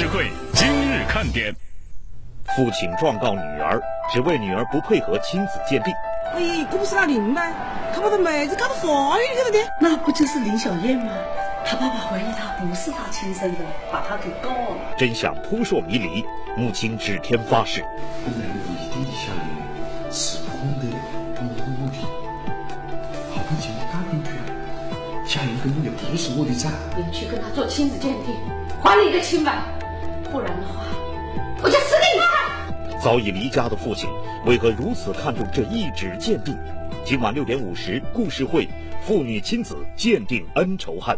事会今日看点。 父亲状告女儿，只为女儿不配合亲子鉴定。 哎，这不是他林吗？他把他妹子搞到怀孕去了的。 那不就是林小燕吗？他爸爸怀疑他不是他亲生的，把他给告了。 真相扑朔迷离，母亲指天发誓。 本来我一定的小燕是空的，我的，好不容易打进去了，小燕根本就不是我的崽。 你去跟他做亲子鉴定，还你一个清白，不然的话，我就死给你看。 早已离家的父亲为何如此看重这一纸鉴定？今晚6点50，故事会，父女亲子鉴定恩仇恨。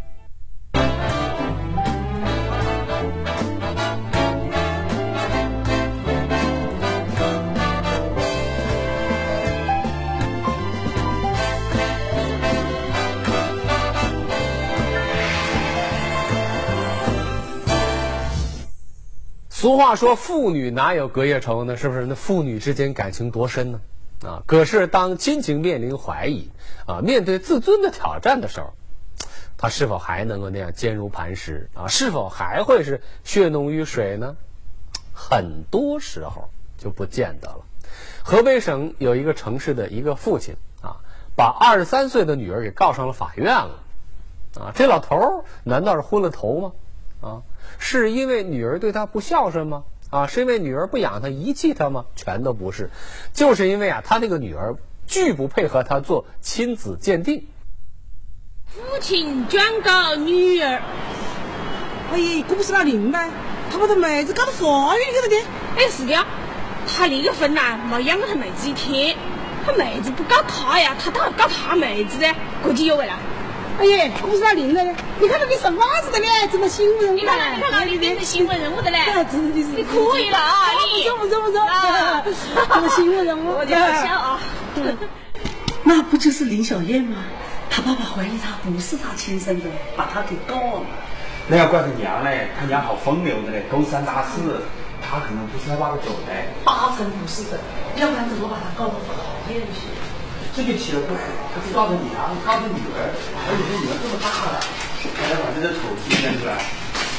俗话说父女哪有隔夜仇呢？是不是？那父女之间感情多深呢？可是当亲情面临怀疑面对自尊的挑战的时候，他是否还能够那样坚如磐石是否还会是血浓于水呢？很多时候就不见得了。河北省有一个城市的一个父亲把23岁的女儿给告上了法院了这老头难道是昏了头吗？是因为女儿对他不孝顺吗？是因为女儿不养他遗弃他吗？全都不是，就是因为他那个女儿拒不配合他做亲子鉴定。 父亲状告女儿，哎，这不是他林吗？他把他妹子搞到怀孕去了的。 哎，是的，他离个婚没养过他妹子一天，他妹子不告他呀，他当然告他妹子的，国际有为了。 哎呀，这不是他林了的，你看他跟什么子的嘞？怎么新闻人物？ 你看哪里变成新闻人物的嘞？ 真的是你可以了你不错，这个新闻人物， 我就好笑那不就是林小燕吗？他爸爸怀疑他不是他亲生的，把他给告了。 那要怪他娘嘞，他娘好风流的嘞，勾三搭四，他可能不是他爸爸走的。 8成不是的，要不然怎么把他告到法院去？ 这就奇了怪，他是告他娘，告他女儿，而且这女儿这么大了，还要把这个丑事牵出来。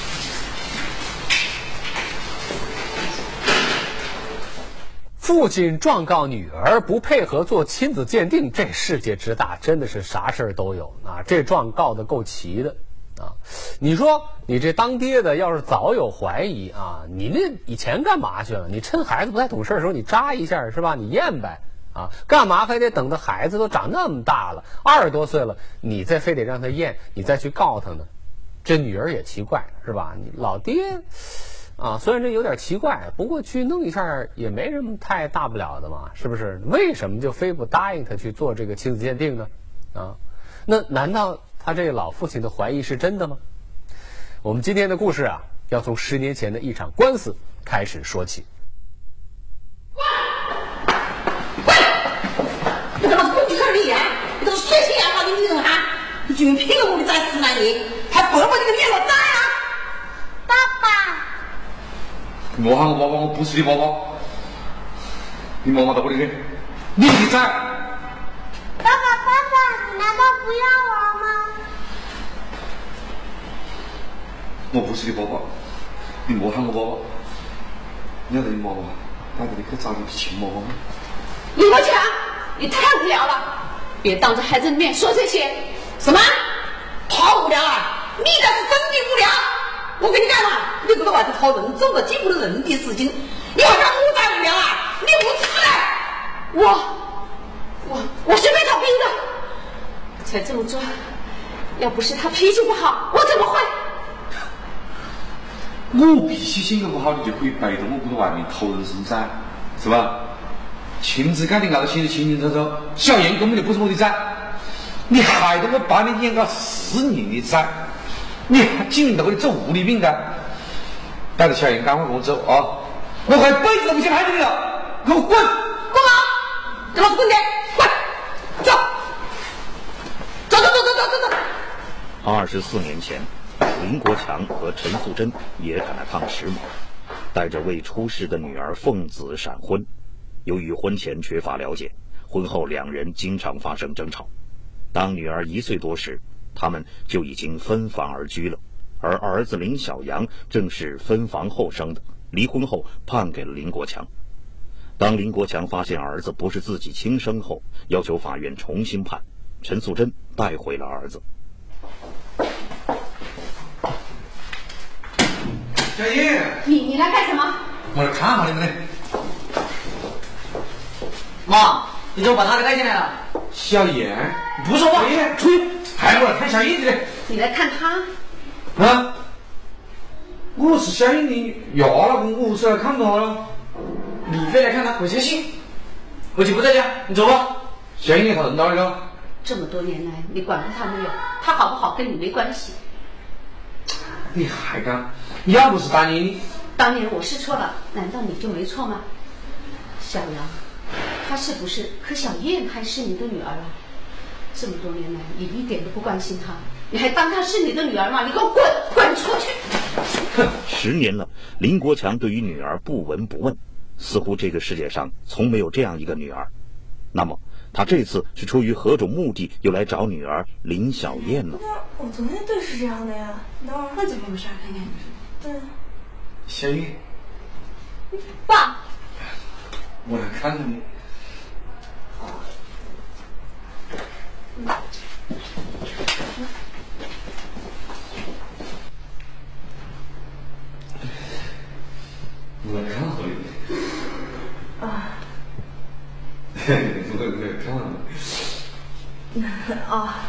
父亲状告女儿不配合做亲子鉴定，这世界之大，真的是啥事儿都有这状告的够齐的你说你这当爹的要是早有怀疑你那以前干嘛去了？你趁孩子不太懂事的时候，你扎一下是吧？你验呗干嘛非得等到孩子都长那么大了，20多岁了，你再非得让他验，你再去告他呢？这女儿也奇怪是吧？你老爹虽然这有点奇怪，不过去弄一下也没什么太大不了的嘛，是不是？为什么就非不答应他去做这个亲子鉴定呢？那难道他这老父亲的怀疑是真的吗？我们今天的故事要从10年前的一场官司开始说起。 你他妈是工具人的眼，你这个血性养好的女人你居然骗了我的崽10来年，还白白这个脸我崽爸爸， 你莫喊我爸爸，我不是你爸爸。你妈妈到我这里，你的崽。 爸爸，你难道不要我吗？ 我不是你爸爸，你莫喊我爸爸。你要得你妈妈带着你去找你的亲妈妈。 李国强，你太无聊了，别当着孩子的面说这些。 什么？好无聊你才是真的无聊。我跟你讲你搁在外头讨人走了见不得人的事情，你好像我才无聊你无耻我是被他逼的，才这么做。要不是他脾气不好，我怎么会？ 我脾气性格不好，你就可以背着我搁在外面偷人生噻，是吧？亲子鉴定搞得写得清清楚楚，小燕根本就不是我的崽，你害得我把你养到4年的崽，你还竟然到这里走无理命的，带着小燕赶快跟我走我还一辈子都不想害你了，给我滚！ 给老子滚开！滚！走 ！24年前，林国强和陈素贞也赶来趟时髦，带着未出世的女儿奉子闪婚。由于婚前缺乏了解，婚后2人经常发生争吵。当女儿1岁多时，他们就已经分房而居了。 而儿子林小阳正是分房后生的，离婚后判给了林国强。当林国强发现儿子不是自己亲生后，要求法院重新判，陈素贞带回了儿子。 小叶， 你来干什么？ 我来看下你们嘞。 妈，你怎么把他给带进来了？ 小燕， 不说话， 出去，派我来看小燕的嘞。 你来看他？ 啊，我是小燕的呀，老公，我是来看他了。 你非来看他，我相信。我就不在家，你走吧。 小燕他认到那个。 这么多年来，你管过他没有？他好不好跟你没关系。 你还敢？要不是当年你， 当年我是错了，难道你就没错吗？小杨，她是不是和小燕还是你的女儿啊？这么多年来，你一点都不关心她，你还当她是你的女儿吗？你给我滚出去！ 哼，10年了，林国强对于女儿不闻不问，似乎这个世界上从没有这样一个女儿。那么他这次是出于何种目的又来找女儿林小燕呢？ 我昨天对是这样的呀。 那怎么回事？看看。 对。 小燕， 爸， 我来看看你。我来看好你。 啊。 我来看了。 啊。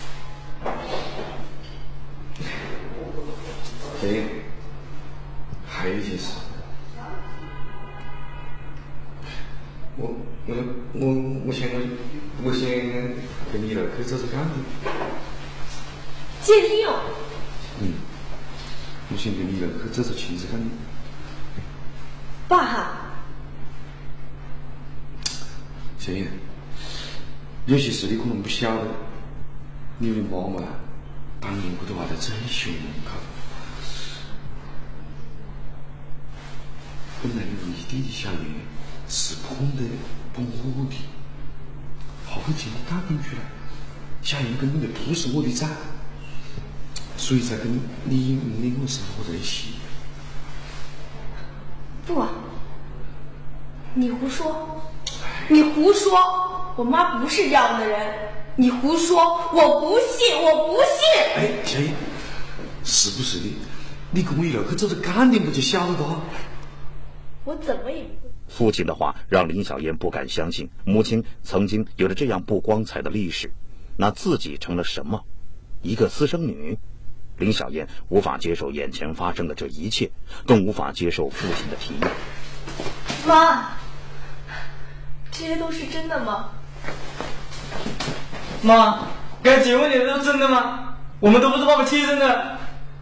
小燕，还有一件事。我先跟你来去走走看。 鉴定。 我先跟你来去走走亲子看。 爸。 小燕，有些事你可能不晓得，你的妈妈当年我都话得真凶，本来你异地的小燕是碰得帮我的，后悔今天打进去了，小燕根本就不是我的崽，所以才跟你我生活在一起。 不啊，你胡说，你胡说，我妈不是这样的人，你胡说，我不信，我不信。 哎，小燕，是不是的？你跟我一路去走着干点不就晓得的？ 我怎么也不会。 父亲的话让林小燕不敢相信母亲曾经有着这样不光彩的历史，那自己成了什么？一个私生女？林小燕无法接受眼前发生的这一切，更无法接受父亲的提议。 妈，这些都是真的吗？ 妈，该结婚的都是真的吗？我们都不是爸爸亲生的。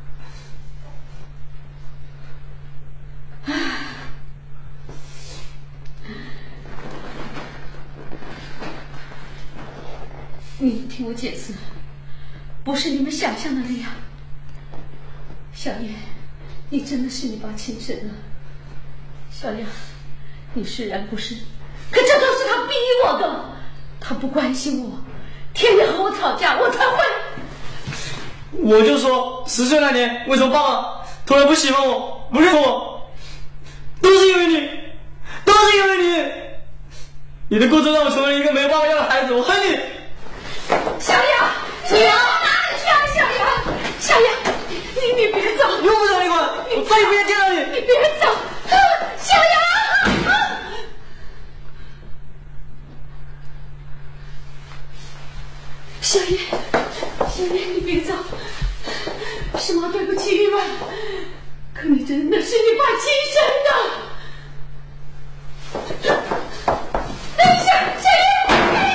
你听我解释，不是你们想象的那样。小燕，你真的是你爸亲生的。小杨，你虽然不是，可这都是他逼我的。他不关心我，天天和我吵架，我才会。 我就说10岁那年，为什么爸爸突然不喜欢我，不认我，都是因为你，都是因为你。你的过错让我成为了一个没有爸爸要的孩子，我恨你。 小杨，你要哪里去啊？小杨，你别走， 用不着你管，我再也不想见到你。 你别走，小杨。小燕，你别走，是妈对不起你们，可你真的是你爸亲生的。小燕。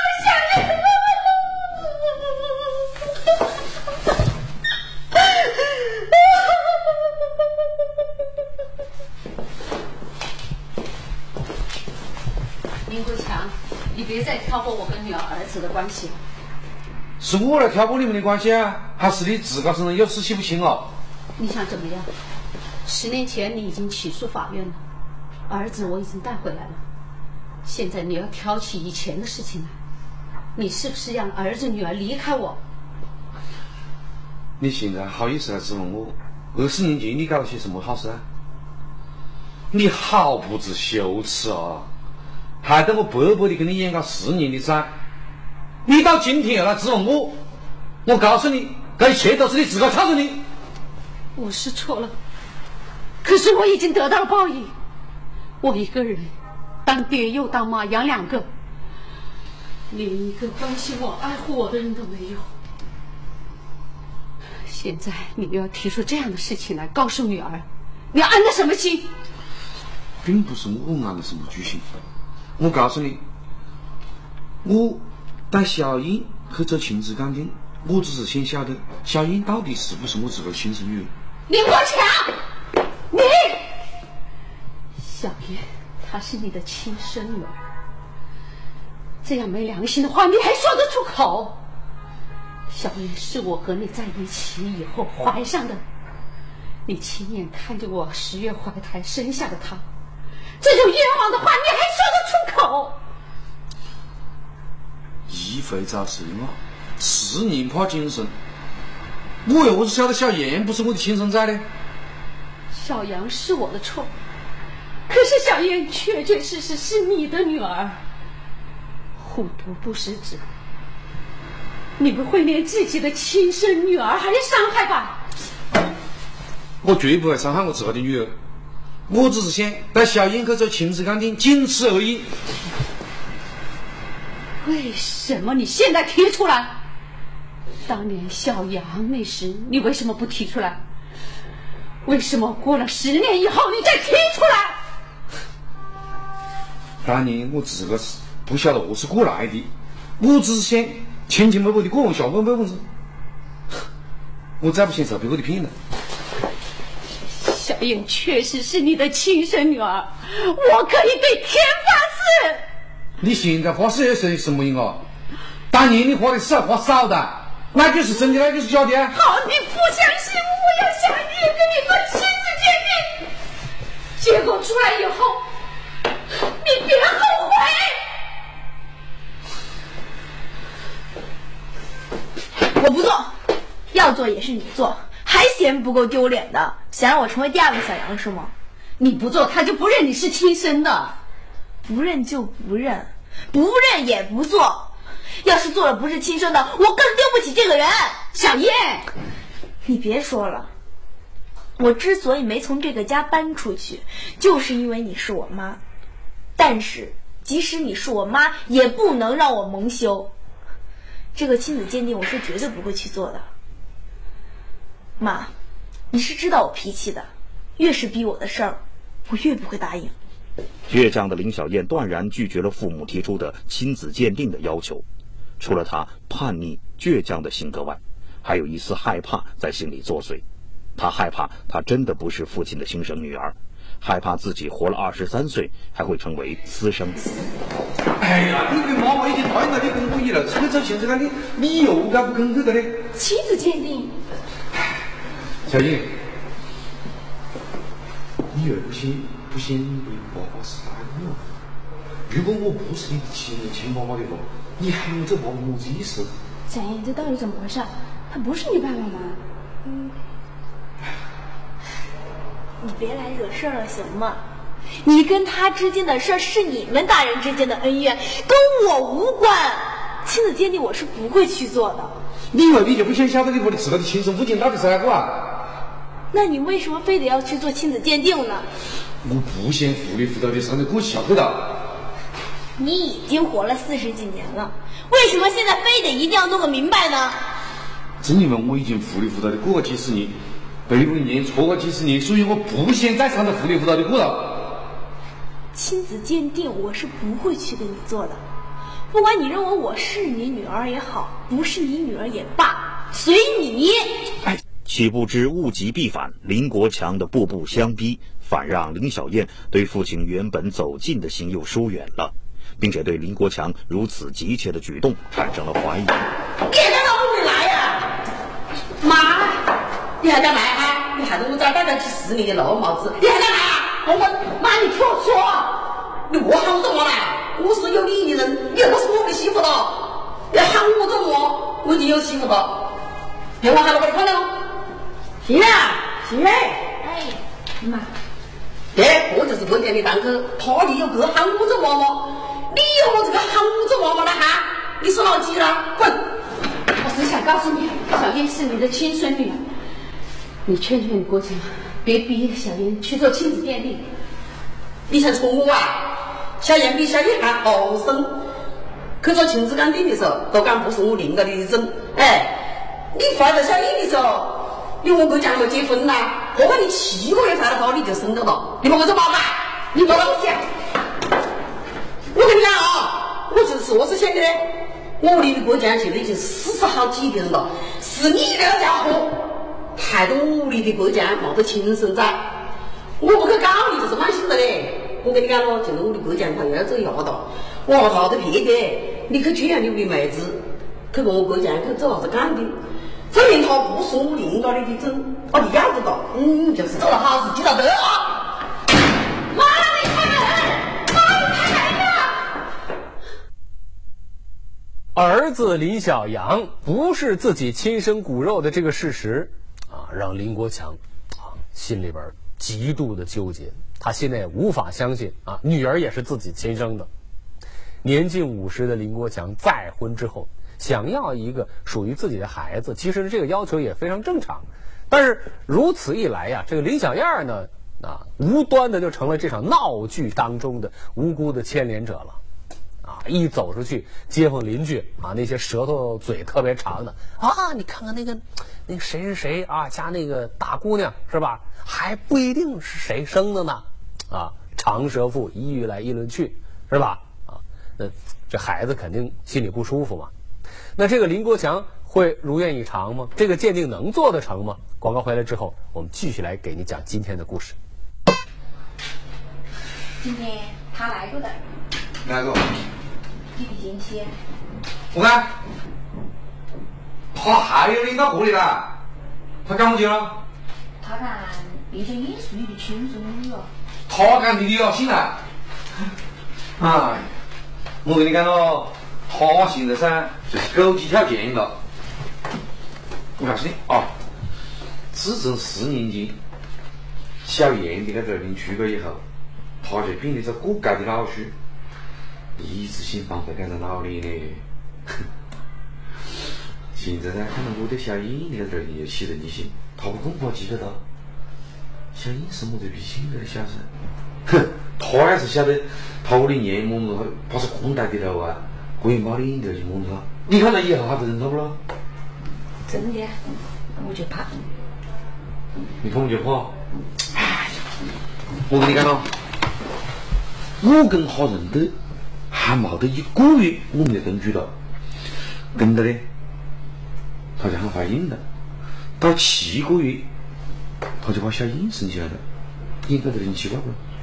林国强，你别再挑拨我跟女儿儿子的关系了。 是我来挑拨你们的关系啊，还是你自个身上有事洗不清了？ 你想怎么样？10年前你已经起诉法院了，儿子我已经带回来了，现在你要挑起以前的事情来，你是不是让儿子女儿离开我？ 你现在好意思来质问我，20年前你干了些什么好事啊？你好不知羞耻啊！害得我白白的跟你演个4年的债，你到今天要来质问我，我告诉你，这一切都是你自个造成的。 我是错了，可是我已经得到了报应。我一个人当爹又当妈，养2个，连一个关心我、爱护我的人都没有。现在你又要提出这样的事情来告诉女儿，你安的什么心？ 并不是我安的什么居心，我告诉你，我带小英去做亲子鉴定，我只是想晓得小英到底是不是我自个的亲生女儿。 林国强，你小燕她是你的亲生女儿，这样没良心的话你还说得出口？小燕是我和你在一起以后怀上的，你亲眼看着我10月怀胎生下的她，这种冤枉的话你还说得出口？ 一回找谁嘛，4年怕精神，我又何是晓得小燕不是我的亲生崽呢？ 小杨是我的错，可是小燕确确实实是你的女儿。虎毒不食子，你不会连自己的亲生女儿还伤害吧？ 我绝不会伤害我自个的女儿，我只是想带小燕去做亲子鉴定，仅此而已。 为什么你现在提出来？当年小杨那时你为什么不提出来？为什么过了10年以后你再提出来？ 当年我自个不晓得何是过来的，我只是想清清白白的过完下半辈子，我再不想受别个的骗了。 小燕确实是你的亲生女儿，我可以对天发誓。 你现在发誓有什么用啊？当年你花的是花少的，那就是真的，那就是假的。 好，你不相信我要小燕跟你做亲子鉴定，结果出来以后你别后悔。我不做，要做也是你做，还嫌不够丢脸的，想让我成为第2个小杨是吗？ 你不做他就不认你是亲生的。 不认就不认，不认也不做。要是做了不是亲生的，我更对不起这个人。 小燕， 你别说了，我之所以没从这个家搬出去，就是因为你是我妈。但是即使你是我妈，也不能让我蒙羞。这个亲子鉴定我是绝对不会去做的。妈，你是知道我脾气的，越是逼我的事儿，我越不会答应。 倔强的林小燕断然拒绝了父母提出的亲子鉴定的要求，除了她叛逆倔强的性格外，还有一丝害怕在心里作祟。她害怕她真的不是父亲的亲生女儿，害怕自己活了23岁还会成为私生子。 哎呀，你的妈妈已经答应了你跟我一了，这个做亲子鉴定，你又该不肯去的呢？ 亲子鉴定， 小燕，你又不嫌你爸爸是大我？如果我不是你亲妈妈的话，你还有这爸爸么子意思？ 小燕，这到底怎么回事？他不是你爸爸吗？你别来惹事了行吗？你跟他之间的事儿是你们大人之间的恩怨，跟我无关。亲子鉴定我是不会去做的。 你以为你就不想晓得你自个的亲生父亲到底是哪个啊？ 那你为什么非得要去做亲子鉴定呢？ 我不想糊里糊涂的上着过小去的。 你已经活了40几年了，为什么现在非得一定要弄个明白呢？ 正因为我已经糊里糊涂的过了几十年，背过一年错过几十年，所以我不想再上着糊里糊涂的过了。 亲子鉴定我是不会去给你做的，不管你认为我是你女儿也好，不是你女儿也罢，随你。 岂不知物极必反，林国强的步步相逼，反让林小燕对父亲原本走近的心又疏远了，并且对林国强如此急切的举动产生了怀疑。 你还敢到屋里来呀？妈，你还敢来啊？你害得我这儿戴了10年的老帽子，你还敢来啊？妈，你听我说，你莫喊我做么来？我是有礼仪的人，你又不是我的媳妇了，你喊我做么？我已经有媳妇了。 电话喊到我的看到，心月，心月， 哎，妈， 对，我就是问店里档口，他里有个喊我做妈妈，你有我这个喊我做妈妈的哈？你说老几了？滚！ 我只想告诉你，小燕是你的亲孙女，你劝劝你国强，别逼小燕去做亲子鉴定。 你想冲我啊？小燕比小燕还后生，去做亲子鉴定的时候，都敢不是我另个的人。哎，你怀着小燕的时候，你我国强没结婚啦，何况你7个月怀了他，你就生了了，你问我做妈妈？你跟我讲，我跟你讲啊，我就是说是现在。我离的国家现在已经40好几个人了，是你这个家伙害得我离的国家没得亲生仔，我不去告你就是满心的嘞。我跟你讲咯，就是我的国家他要走牙道，我好的别个，你去圈你的妹子，去跟我国家去做啥子鉴定，证明他不是我另外的人，我你要得到，就是做了好事，记到得啊！ 妈，你开门！妈，你开门呀！ 儿子林小阳不是自己亲生骨肉的这个事实啊，让林国强心里边极度的纠结。他现在也无法相信啊，女儿也是自己亲生的。年近50的林国强再婚之后，想要一个属于自己的孩子，其实这个要求也非常正常。但是如此一来呀，这个林小燕呢，无端的就成了这场闹剧当中的无辜的牵连者了。一走出去，街坊邻居那些舌头嘴特别长的你看看那个谁是谁家那个大姑娘是吧？还不一定是谁生的呢长舌妇一语来议论去是吧？那这孩子肯定心里不舒服嘛。那这个林国强会如愿以偿吗？这个鉴定能做得成吗？广告回来之后，我们继续来给你讲今天的故事。 今天他来过的， 哪个？ 弟弟进去。 我看他还有领导过来了，他干么去了？ 他看林小燕是你的亲孙女哦。 他干你的要信啊！哎，我跟你讲咯，他现在噻就是狗急跳墙了。我告诉你自从4年前小燕的在这里出轨以后，他就变得这过街的老鼠。一直想放在这脑里呢，现在看到我对小燕在这里有起人心，他不恐怕记得到小燕是我这比亲的小噻，他也是晓得他屋里年我们把是空带的头啊，我也没领头去摸他。你看到以后他认他不咯？ 真的，我就怕。 你怕我就怕？哎，我跟你讲咯，我跟他认得。还没得1个月，我们就同居了。跟着呢，他就喊怀孕了。到7个月，他就把小燕生下来了。应该这很奇怪不？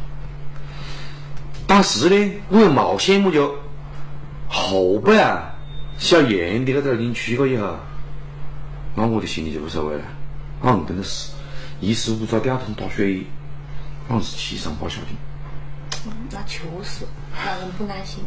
但是呢，我又冒险，我就后背小燕的在这领取过以后，那我的心里就无所谓了。真的是一时无找吊桶打水，是七上八下的。 那确实让人不安心。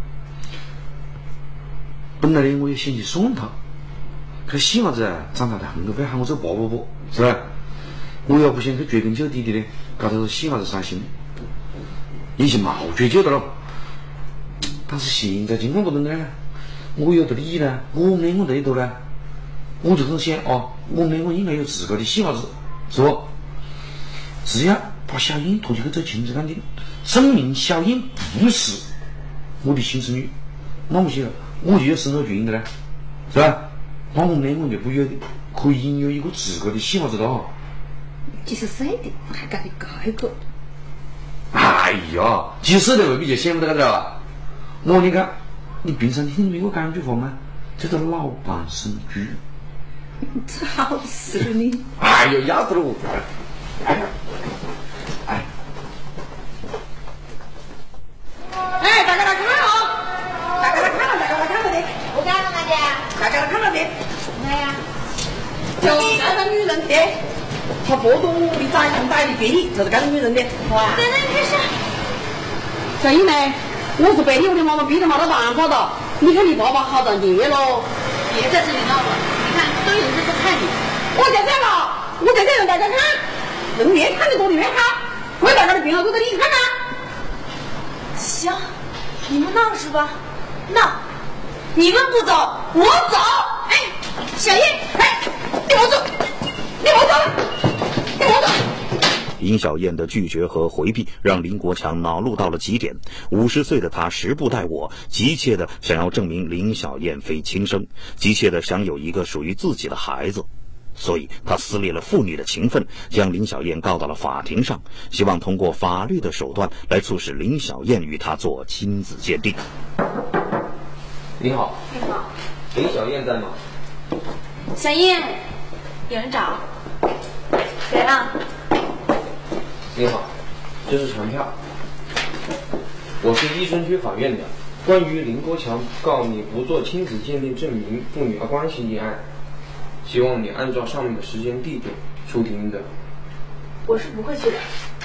本来呢，我也想去送他，可细伢子长大的很，非喊我做爸爸不，是吧？我也不想去追根究底的呢，搞得细伢子伤心。已经冇追究的了，但是现在情况不同呢，我有的理呢，我们两个在一头呢，我就是想我们两个应该有自个的细伢子，是不？只要把小燕拖进去做亲子鉴定，证明小燕不是我的亲生女，那么些我就有生活权的了，是吧？那我们两个就不有可以拥有一个自个的细伢子了。 即使死的还敢你改个？ 哎呀，即使的未必就想不到了。我你看，你平常听没我讲句话吗？叫做老蚌生珠。 吵死了你！ 哎呀，压死了我！哎， 大家来看哦，大家来看了的， 我干了的， 大家来看了的， 哪呀？ 就是这个女人的，她剥夺我的崽上崽的权利，就是这个女人的。哇！ 真的你是？ 小英妹，我是被我的妈妈逼得没得办法的。你看你爸爸好仗业喽。 别在这里闹了，你看看，都有人在看你。 我在这了，我在这让大家看，人越看得多的越好，我大家的病号都在你看看。 行，你们闹是吧？闹，你们不走，我走。 哎，小叶，哎，你莫走，你莫走，你莫走。 林小燕的拒绝和回避让林国强恼怒到了极点。50岁的他时不待我，急切地想要证明林小燕非亲生，急切地想有一个属于自己的孩子。所以他撕裂了父女的情分，将林小燕告到了法庭上，希望通过法律的手段来促使林小燕与他做亲子鉴定。 你好。 你好。 林小燕在吗？ 小燕，有人找。谁啊？ 你好，这是传票。我是伊春区法院的，关于林国强告你不做亲子鉴定证明父女关系一案，希望你按照上面的时间地点出庭的。 我是不会去的。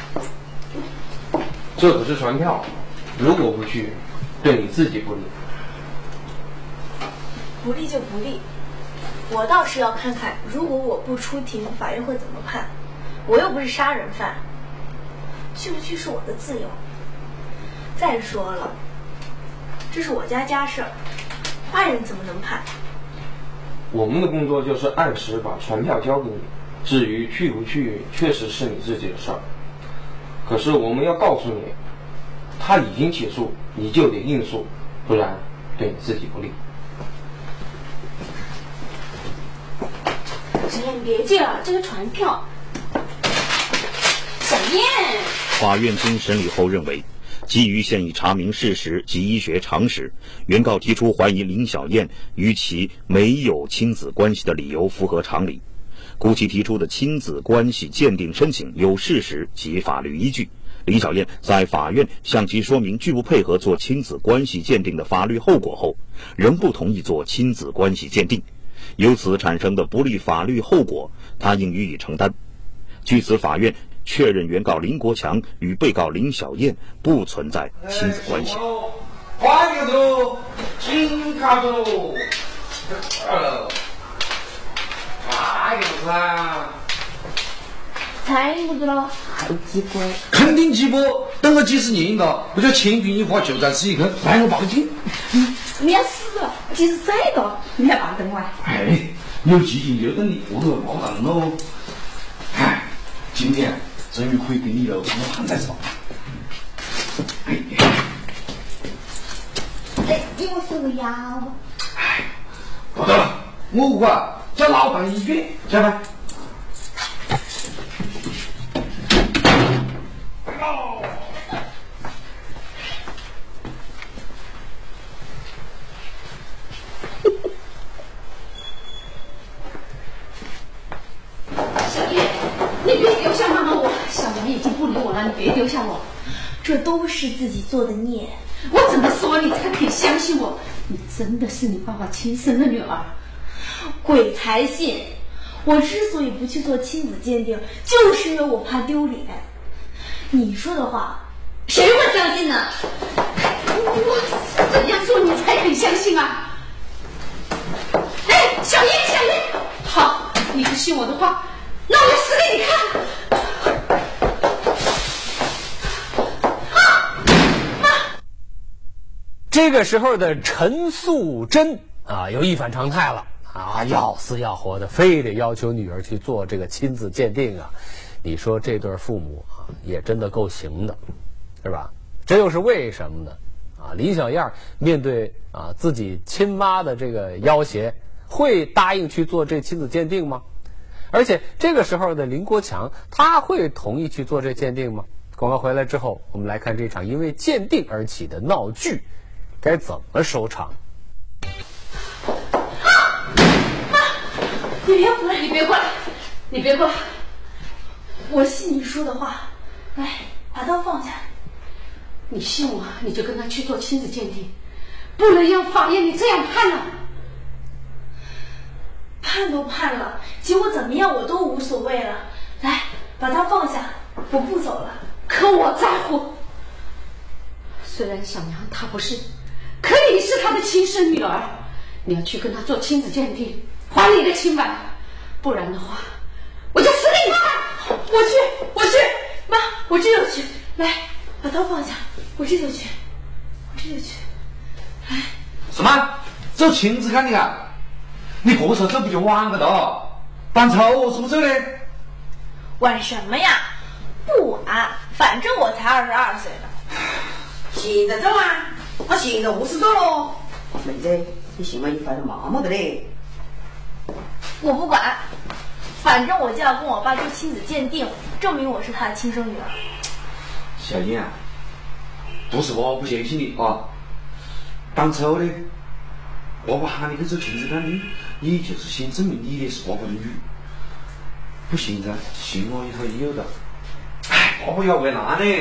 这可是传票，如果不去，对你自己不利。 不利就不利，我倒是要看看，如果我不出庭，法院会怎么判。我又不是杀人犯，去不去是我的自由。再说了，这是我家家事儿，外人怎么能判？ 我们的工作就是按时把传票交给你，至于去不去，确实是你自己的事儿。可是我们要告诉你，他已经起诉，你就得应诉，不然对你自己不利。 小燕，你别介了，这个传票。小燕。 法院经审理后认为，基于现已查明事实及医学常识，原告提出怀疑林小燕与其没有亲子关系的理由符合常理，故其提出的亲子关系鉴定申请有事实及法律依据。林小燕在法院向其说明拒不配合做亲子关系鉴定的法律后果后，仍不同意做亲子关系鉴定，由此产生的不利法律后果，他应予以承担。据此，法院确认原告林国强与被告林小燕不存在亲子关系。 快点走，紧卡住！快点快啊！ 才不知道。 鸡龟。 肯定鸡婆，等了几十年了，不叫千钧一发就在此一刻，来我报警。 没死了，几十岁了，你还把灯完？ 哎，有记性就等你我都要报案喽。哎，今天终于可以给你了，帮我判才是吧？ 哎，你我手摇。 哎，不得了，我管叫老板医院，晓得吧？ 小叶，你别丢下妈妈我，小杨已经不理我了，你别丢下我。 这都是自己做的孽。 我怎么说你才可以相信我？你真的是你爸爸亲生的女儿？ 鬼才信！我之所以不去做亲子鉴定，就是因为我怕丢脸。你说的话，谁会相信呢？ 我怎样做你才肯相信啊？哎，小叶，小叶，好，你不信我的话，那我就死给你看。 这个时候的陈素贞啊，又一反常态了啊，要死要活的，非得要求女儿去做这个亲子鉴定啊。你说这对父母啊，也真的够行的，是吧？这又是为什么呢？啊，林小燕面对啊自己亲妈的这个要挟，会答应去做这亲子鉴定吗？而且这个时候的林国强，他会同意去做这鉴定吗？广告回来之后，我们来看这场因为鉴定而起的闹剧该怎么收场。 你别回来！ 你别过来！你别过来！ 我信你说的话，来，把刀放下。 你信我，你就跟他去做亲子鉴定，不能让法院你这样判了。 判都判了，结果怎么样我都无所谓了。来，把刀放下，我不走了。 可我在乎。虽然小娘她不是，可你是她的亲生女儿，你要去跟她做亲子鉴定， 还你的清白，不然的话，我就死给你看！ 我去，妈，我这就去。来，把刀放下，我这就去。来， 什么？走亲子看你啊？你这时候走不就晚个的？办丑什么时候呢？ 晚什么呀？不晚，反正我才22岁呢。 现在走啊？我现在50走喽。妹子，你信吗？你犯了妈妈的嘞。 我不管，反正我就要跟我爸做亲子鉴定，证明我是他的亲生女儿。 小燕啊，不是我不相信你啊，当初呢，爸爸喊你去做亲子鉴定，你就是先证明你的是爸爸的女，不信噻，信我一套也有的。哎，爸爸要为难呢。 就是因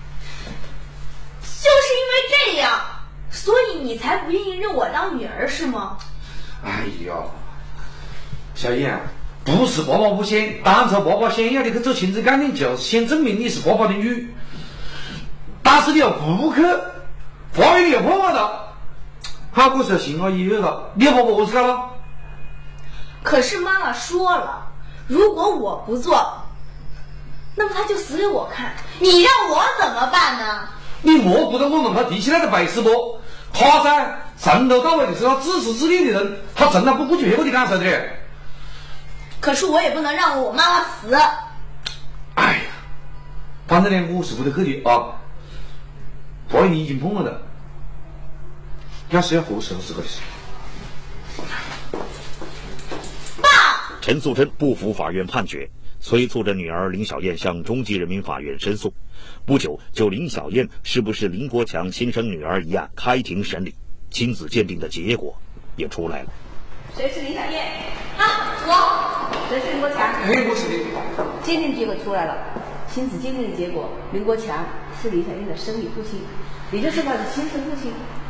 为这样，所以你才不愿意认我当女儿是吗？ 哎呀，小燕，不是爸爸不想，当初爸爸想要你去做亲子鉴定，就是先证明你是爸爸的女。但是你要不去，法院又破我了。他可是要信我也有了，你爸爸何是干了？ 可是妈妈说了，如果我不做，那么他就死给我看。你让我怎么办呢？ 你莫不得我们他提起来的白石波，他噻从头到尾就是他自私自利的人，他从来不顾全部的感受的。 可是我也不能让我妈妈死。 哎呀，反正呢，我是不得去的啊。法院你已经碰了的，要是要何时是个的事。 爸！ 陈素贞不服法院判决，催促着女儿林小燕向中级人民法院申诉。不久，就林小燕是不是林国强亲生女儿一案开庭审理，亲子鉴定的结果也出来了。 谁是林小燕？啊，我。谁是林国强？ 哎，我是你。 鉴定结果出来了，亲子鉴定的结果，林国强是林小燕的生理父亲，也就是他的亲生父亲。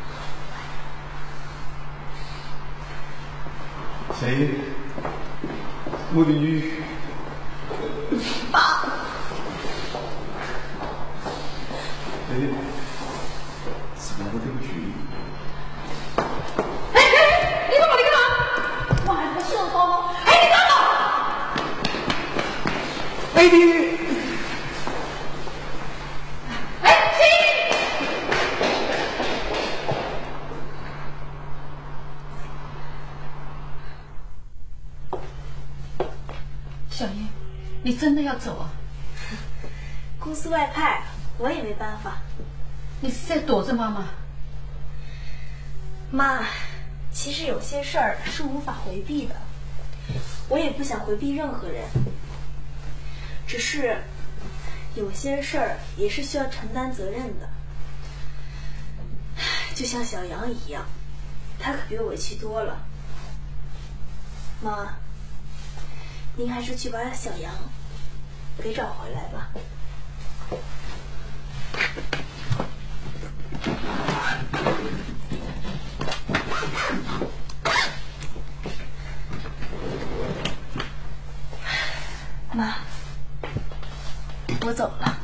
谁？我的女。 爸。 哎，是我对不起你。 哎，你干嘛？我还不是我包吗？哎，你干嘛？ 哎，你。 小燕，你真的要走啊？ 公司外派，我也没办法。 你是在躲着妈妈？ 妈，其实有些事儿是无法回避的，我也不想回避任何人。只是有些事儿也是需要承担责任的。就像小杨一样，他可比我委屈多了。妈，您还是去把小杨给找回来吧。妈，我走了。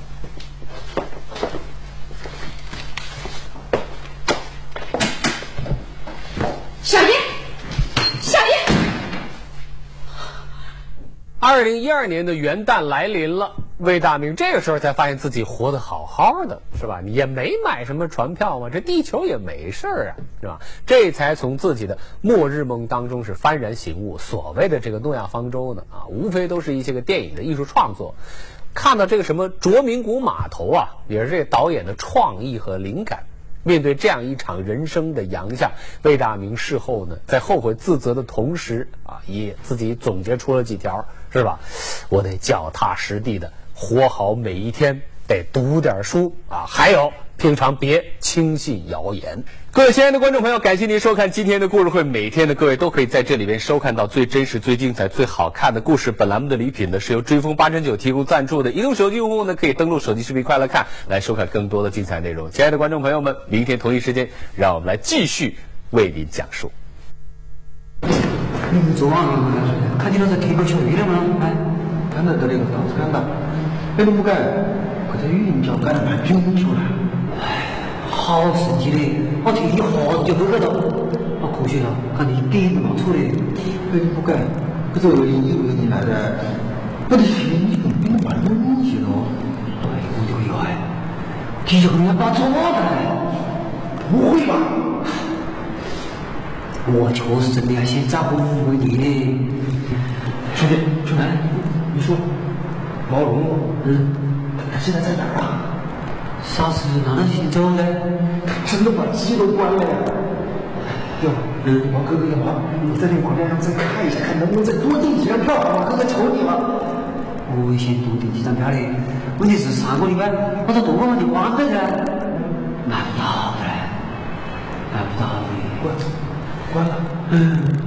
小燕 ，2012年的元旦来临了，魏大明这个时候才发现自己活得好好的，是吧？也没买什么船票嘛，这地球也没事啊，是吧？这才从自己的末日梦当中是幡然醒悟。所谓的这个诺亚方舟呢，无非都是一些个电影的艺术创作。看到这个什么卓明谷码头啊，也是这导演的创意和灵感。面对这样一场人生的洋相，魏大明事后呢，在后悔自责的同时也自己总结出了几条，是吧？我得脚踏实地的活好每一天，得读点书还有平常别轻信谣言。各位亲爱的观众朋友，感谢您收看今天的故事会。每天的各位都可以在这里边收看到最真实、最精彩、最好看的故事。本栏目的礼品呢是由追风889提供赞助的，移动手机用户呢可以登录手机视频快乐看来收看更多的精彩内容。亲爱的观众朋友们，明天同一时间，让我们来继续为您讲述。 你昨晚看见了在 K 歌球队了吗？哎，看到这里个当看到，哎，怎么改？可在语音交改了，拼不出来。 好神奇嘞！我提一下子就喝到，我可惜了，看你一点都没错嘞。 你不改，可是你来的，我的心你根本把冷些了。 哎，我就厉害，你就跟人家把错的，不会吧？我确实真的要先找个抚慰你嘞。 兄弟，你说，毛龙他现在在哪儿啊？ 啥事让他先走呢？ 真的把鸡都关了呀！哟，王哥哥要不你在那网站上再看一下，看能不能再多订几张票？王哥哥求你了。 我也想多订几张票嘞，问题是上个礼拜我在多方就关了噻，那要得嘞，还不到的。 关了。